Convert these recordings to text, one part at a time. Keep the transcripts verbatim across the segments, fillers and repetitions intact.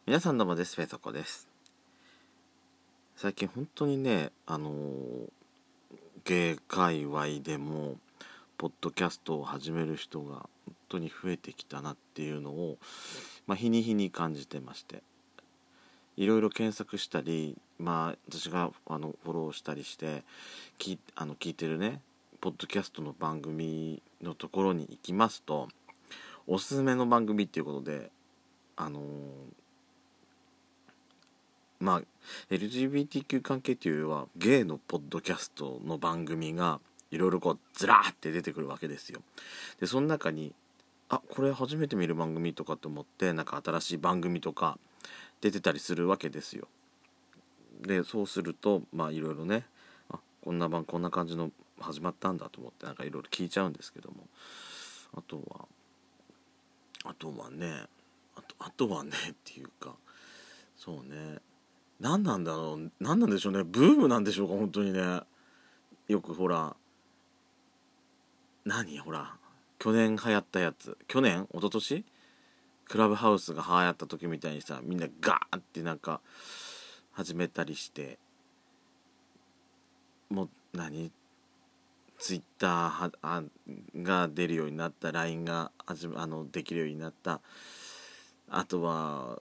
皆さんどうもです。ペソコです。最近本当にね、あのー、芸界隈でもポッドキャストを始める人が本当に増えてきたなっていうのを、まあ、日に日に感じてまして、いろいろ検索したり、まあ、私があのフォローしたりして聞あの聞いてるねポッドキャストの番組のところに行きますと、おすすめの番組っていうことで、あのーまあ エルジービーティーキュー 関係というよりはゲイのポッドキャストの番組がいろいろこうずらーって出てくるわけですよ。でその中にあこれ初めて見る番組とかと思ってなんか新しい番組とか出てたりするわけですよ。でそうするとまあいろいろね、あこんな番こんな感じの始まったんだと思ってなんかいろいろ聞いちゃうんですけども、あとはあとはねあとあとはねっていうか、そうね、何なんだろう、何なんでしょうね、ブームなんでしょうか本当にね。よくほら何ほら去年流行ったやつ、去年一昨年クラブハウスが流行った時みたいにさ、みんなガーってなんか始めたりして、もう何ツイッターはあが出るようになった、 ライン がはじあのできるようになった、あとは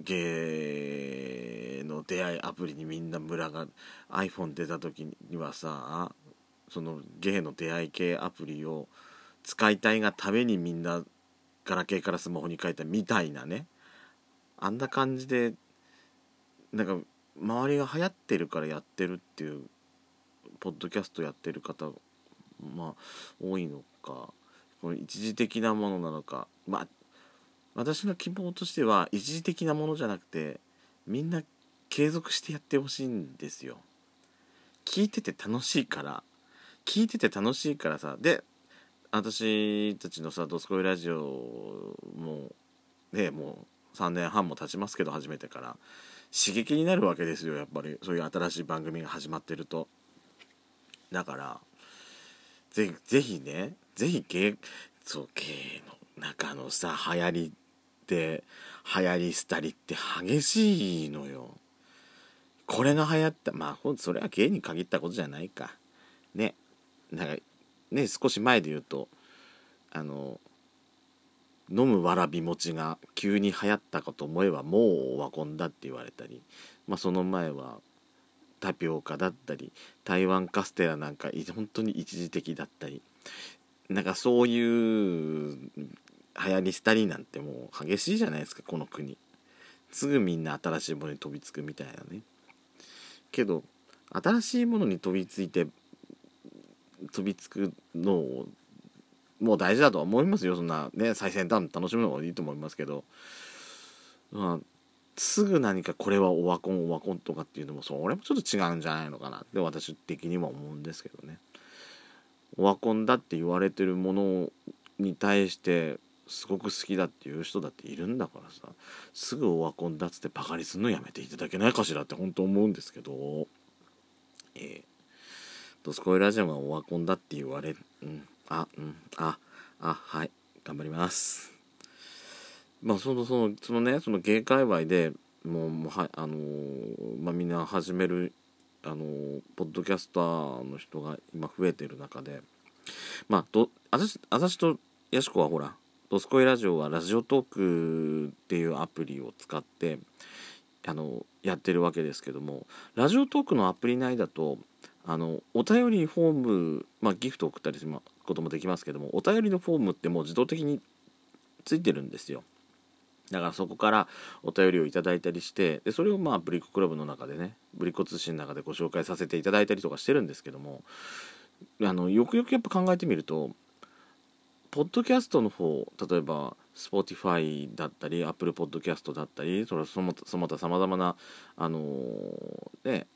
ゲイの出会いアプリにみんな群が iPhone 出た時にはさ、そのゲイの出会い系アプリを使いたいがためにみんなガラケーからスマホに変えたみたいなね、あんな感じでなんか周りが流行ってるからやってるっていうポッドキャストやってる方まあ多いのか、これ一時的なものなのか、まあ私の希望としては一時的なものじゃなくてみんな継続してやってほしいんですよ。聞いてて楽しいから聞いてて楽しいからさ。で私たちのさドスコイラジオもねもうさんねんはんも経ちますけど、初めてから刺激になるわけですよ、やっぱりそういう新しい番組が始まってると。だからぜぜひね、ぜひ芸そう芸の中のさ流行りって流行り廃りって激しいのよ。これが流行ったまあほんそれは芸に限ったことじゃないかね。なんかね少し前で言うとあの飲むわらび餅が急に流行ったかと思えばもうオワコンだって言われたり、まあ、その前はタピオカだったり台湾カステラなんか本当に一時的だったり、なんかそういう流行り廃りなんてもう激しいじゃないですか、この国。すぐみんな新しいものに飛びつくみたいなね。けど新しいものに飛びついて飛びつくのをもう大事だとは思いますよ。そんなね最先端楽しむのがいいと思いますけど、まあ、すぐ何かこれはオワコンオワコンとかっていうのもそれもちょっと違うんじゃないのかなって私的には思うんですけどね。オワコンだって言われてるものに対してすごく好きだっていう人だっているんだからさ、すぐオワコンだっつってバカにするのやめていただけないかしらって本当思うんですけど、えー、ドスコイラジオがオワコンだって言われうんあうんああはい頑張ります。まあそのそのそのねその芸界隈でもうもうはあのー、まあみんな始めるあのー、ポッドキャスターの人が今増えてる中で、まあどあざしあざしとやしこはほらドスコイラジオはラジオトークっていうアプリを使ってあのやってるわけですけども、ラジオトークのアプリ内だとあのお便りフォーム、まあ、ギフト送ったりすることもできますけども、お便りのフォームってもう自動的についてるんですよ。だからそこからお便りをいただいたりして、でそれをまあブリッコクラブの中でねブリッコ通信の中でご紹介させていただいたりとかしてるんですけども、あのよくよくやっぱ考えてみるとポッドキャストの方、例えば Spotify だったり Apple Podcast だったりそれそのその他さまざまなあのー、ね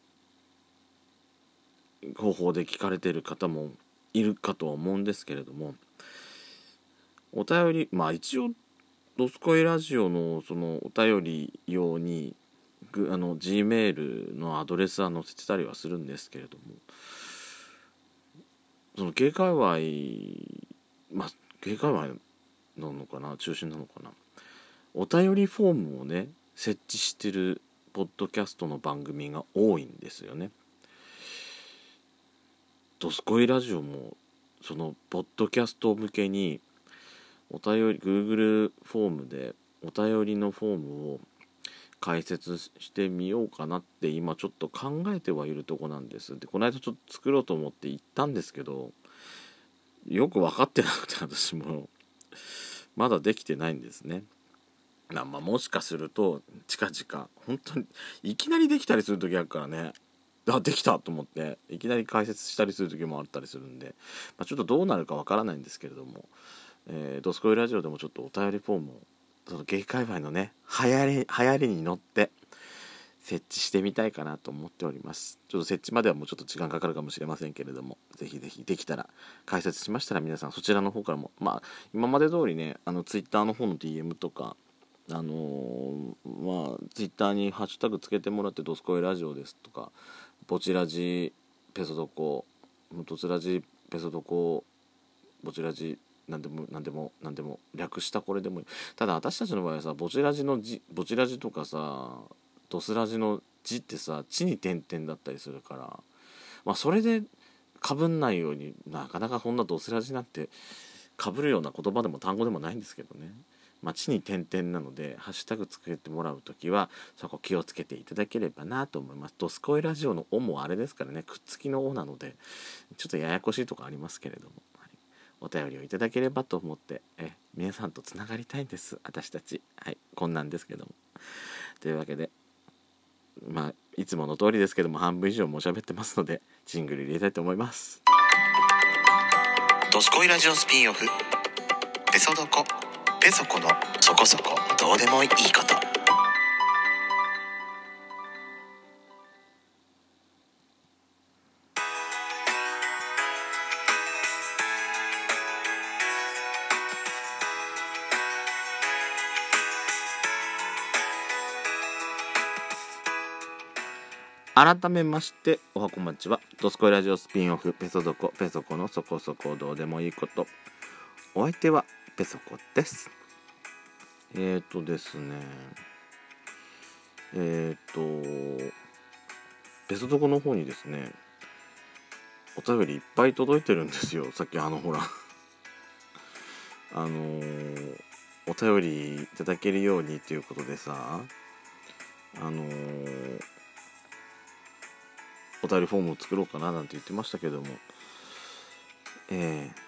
方法で聞かれている方もいるかとは思うんですけれども、お便りまあ一応ドスコイラジオのそのお便り用にあの Gmail のアドレスは載せてたりはするんですけれども、その芸界隈まあ芸界隈なのかな中心なのかな、お便りフォームをね設置してるポッドキャストの番組が多いんですよね。ドスコイラジオもそのポッドキャスト向けにお便り Google フォームでお便りのフォームを解説してみようかなって今ちょっと考えてはいるとこなんです。でこの間ちょっと作ろうと思って行ったんですけど、よく分かってなくて私もまだできてないんですね。まあ、もしかすると近々本当にいきなりできたりする時あるからね、あできたと思っていきなり解説したりする時もあったりするんで、まあ、ちょっとどうなるかわからないんですけれども、えー、ドスコイラジオでもちょっとお便りフォームをその芸界隈のね流行り流行りに乗って設置してみたいかなと思っております。ちょっと設置まではもうちょっと時間かかるかもしれませんけれども、ぜひぜひできたら解説しましたら皆さんそちらの方からも、まあ今まで通りね、あのツイッターの方の ディーエム とかあのー、まあツイッターにハッシュタグつけてもらってドスコイラジオですとかボチラジペソドコドスラジペソドコボチラジなんでもなんでもなんでも略したこれでもいい。ただ私たちの場合はさボチラジの字ボチラジとかさドスラジの字ってさ地に点々だったりするから、まあそれでかぶんないようになかなかこんなドスラジなんてかぶるような言葉でも単語でもないんですけどね。まあ、地に点々なのでハッシュタグつけてもらうときはそこ気をつけていただければなと思います。ドスコイラジオの「お」もあれですからね、くっつきの「お」なのでちょっとややこしいとこありますけれども、はい、お便りをいただければと思ってえ皆さんとつながりたいんです私たち。はい、こんなんですけども、というわけでまあいつもの通りですけども半分以上もう喋ってますのでジングル入れたいと思います。 ドスコイラジオスピンオフペソドコペソコのそこそこどうでもいいこと。 改めましておはこまちは。ドスコイラジオスピンオフペソドコペソコのそこそこどうでもいいこと。お相手はペソコです。えーとですねえーとペソドコの方にですねお便りいっぱい届いてるんですよ。さっきあのほらあのー、お便りいただけるようにということでさ、あのー、お便りフォームを作ろうかななんて言ってましたけども、えー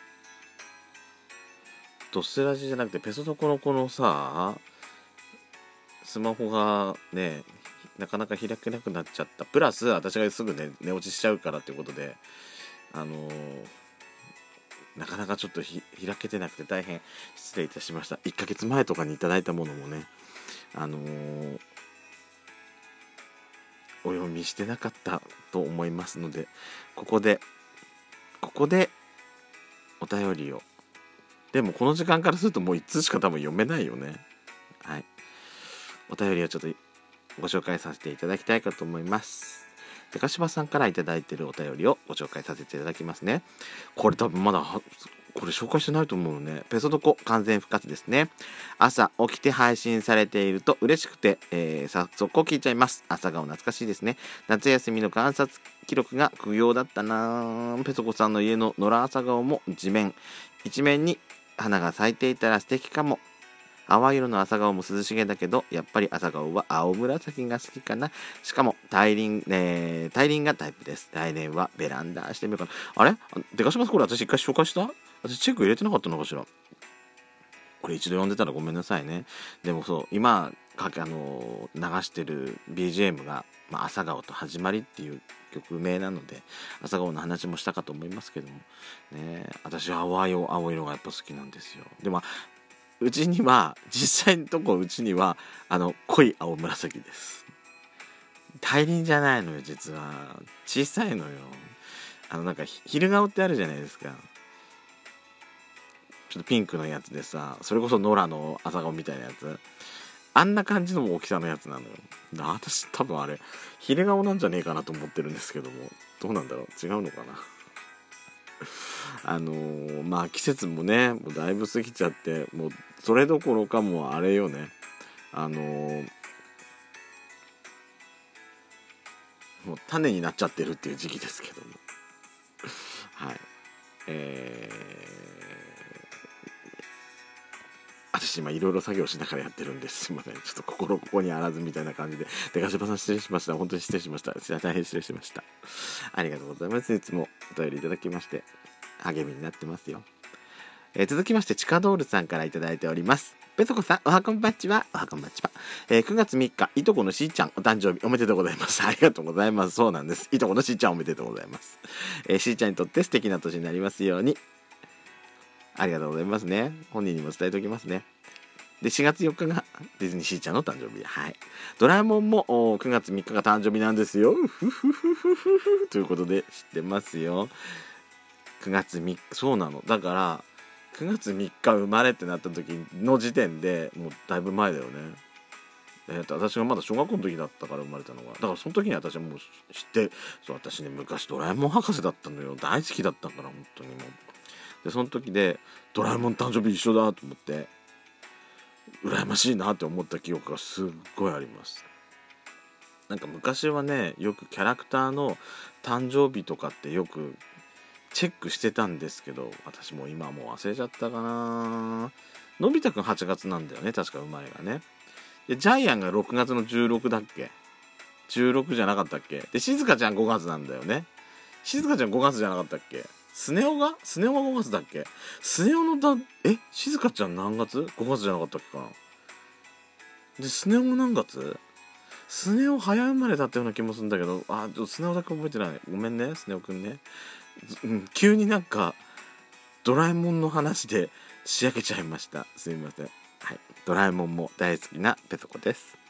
ドスラジじゃなくてペソドコのこのさスマホがねなかなか開けなくなっちゃった。プラス私がすぐね寝落ちしちゃうからということで、あのー、なかなかちょっとひ開けてなくて大変失礼いたしました。いっかげつまえとかにいただいたものもね、あのー、お読みしてなかったと思いますので、ここでここでお便りを。でもこの時間からするともういっつうしか多分読めないよね。はい、お便りをちょっとご紹介させていただきたいかと思います。でかしばさんからいただいているお便りをご紹介させていただきますね。これ多分まだこれ紹介してないと思うね。ペソドコ完全復活ですね。朝起きて配信されていると嬉しくて、えー、早速聞いちゃいます。朝顔懐かしいですね。夏休みの観察記録が苦行だったな。ペソコさんの家の野良朝顔も地面一面に花が咲いていたら素敵かも。淡い色の朝顔も涼しげだけどやっぱり朝顔は青紫が好きかな。しかも大輪、えー、大輪がタイプです。来年はベランダしてみようかな。あれでかしますこれ私一回紹介した？私チェック入れてなかったのかしら。これ一度読んでたらごめんなさいね。でもそう今かけあの流してる ビージーエム が、まあ、朝顔と始まりっていう曲名なので朝顔の話もしたかと思いますけどもね、私は淡い青色がやっぱ好きなんですよ。でもうちには実際のとこうちにはあの濃い青紫です。大輪じゃないのよ実は。小さいのよ。あのなんか昼顔ってあるじゃないですか。ちょっとピンクのやつでさ、それこそノラの朝顔みたいなやつ、あんな感じの大きさのやつなのよ。私多分あれ昼顔なんじゃねえかなと思ってるんですけども、どうなんだろう、違うのかなあのー、まあ季節もねもうだいぶ過ぎちゃって、もうそれどころかもうあれよね、あのー、 もう種になっちゃってるっていう時期ですけどもはいえー、私今いろいろ作業しながらやってるんです。すいません、ちょっと心ここにあらずみたいな感じで、でガシャバさん失礼しました。本当に失礼しました。大変失礼しました。ありがとうございます。いつもお便りいただきまして励みになってますよ。えー、続きましてチカドールさんからいただいております。ペソコさん、おはこんばっちは。おはこんばっちは。えー、くがつみっか、いとこのしーちゃんお誕生日おめでとうございます。ありがとうございます。そうなんです。いとこのしーちゃんおめでとうございます。えー、しーちゃんにとって素敵な年になりますように。ありがとうございますね。本人にも伝えておきますね。で、しがつよっかがディズニーしーちゃんの誕生日。はい。ドラえもんもくがつみっかが誕生日なんですよ。ふふふふふふということで知ってますよ。くがつみっか、そうなの。だから、くがつみっか生まれってなった時の時点でもうだいぶ前だよね。えー、と私がまだ小学校の時だったから生まれたのが、だからその時に私はもう知って、そう私ね昔ドラえもん博士だったのよ。大好きだったから本当にもう。でその時でドラえもん誕生日一緒だと思って羨ましいなって思った記憶がすっごいあります。なんか昔はねよくキャラクターの誕生日とかってよくチェックしてたんですけど、私もう今もう忘れちゃったかな。のび太くんはちがつなんだよね確か生まれがね。でジャイアンがろくがつのじゅうろくだっけ、じゅうろくじゃなかったっけ。でしずかちゃんごがつなんだよね。しずかちゃんごがつじゃなかったっけ。スネ夫がスネ夫がごがつだっけ。スネ夫のだえしずかちゃん何月 ?ご 月じゃなかったっけかな。でスネ夫も何月。スネ夫早生まれだったような気もするんだけど、あスネ夫だけ覚えてない。ごめんねスネ夫くんね。うん、急になんかドラえもんの話で仕上げちゃいました。すみません。はい、ドラえもんも大好きなペソコです。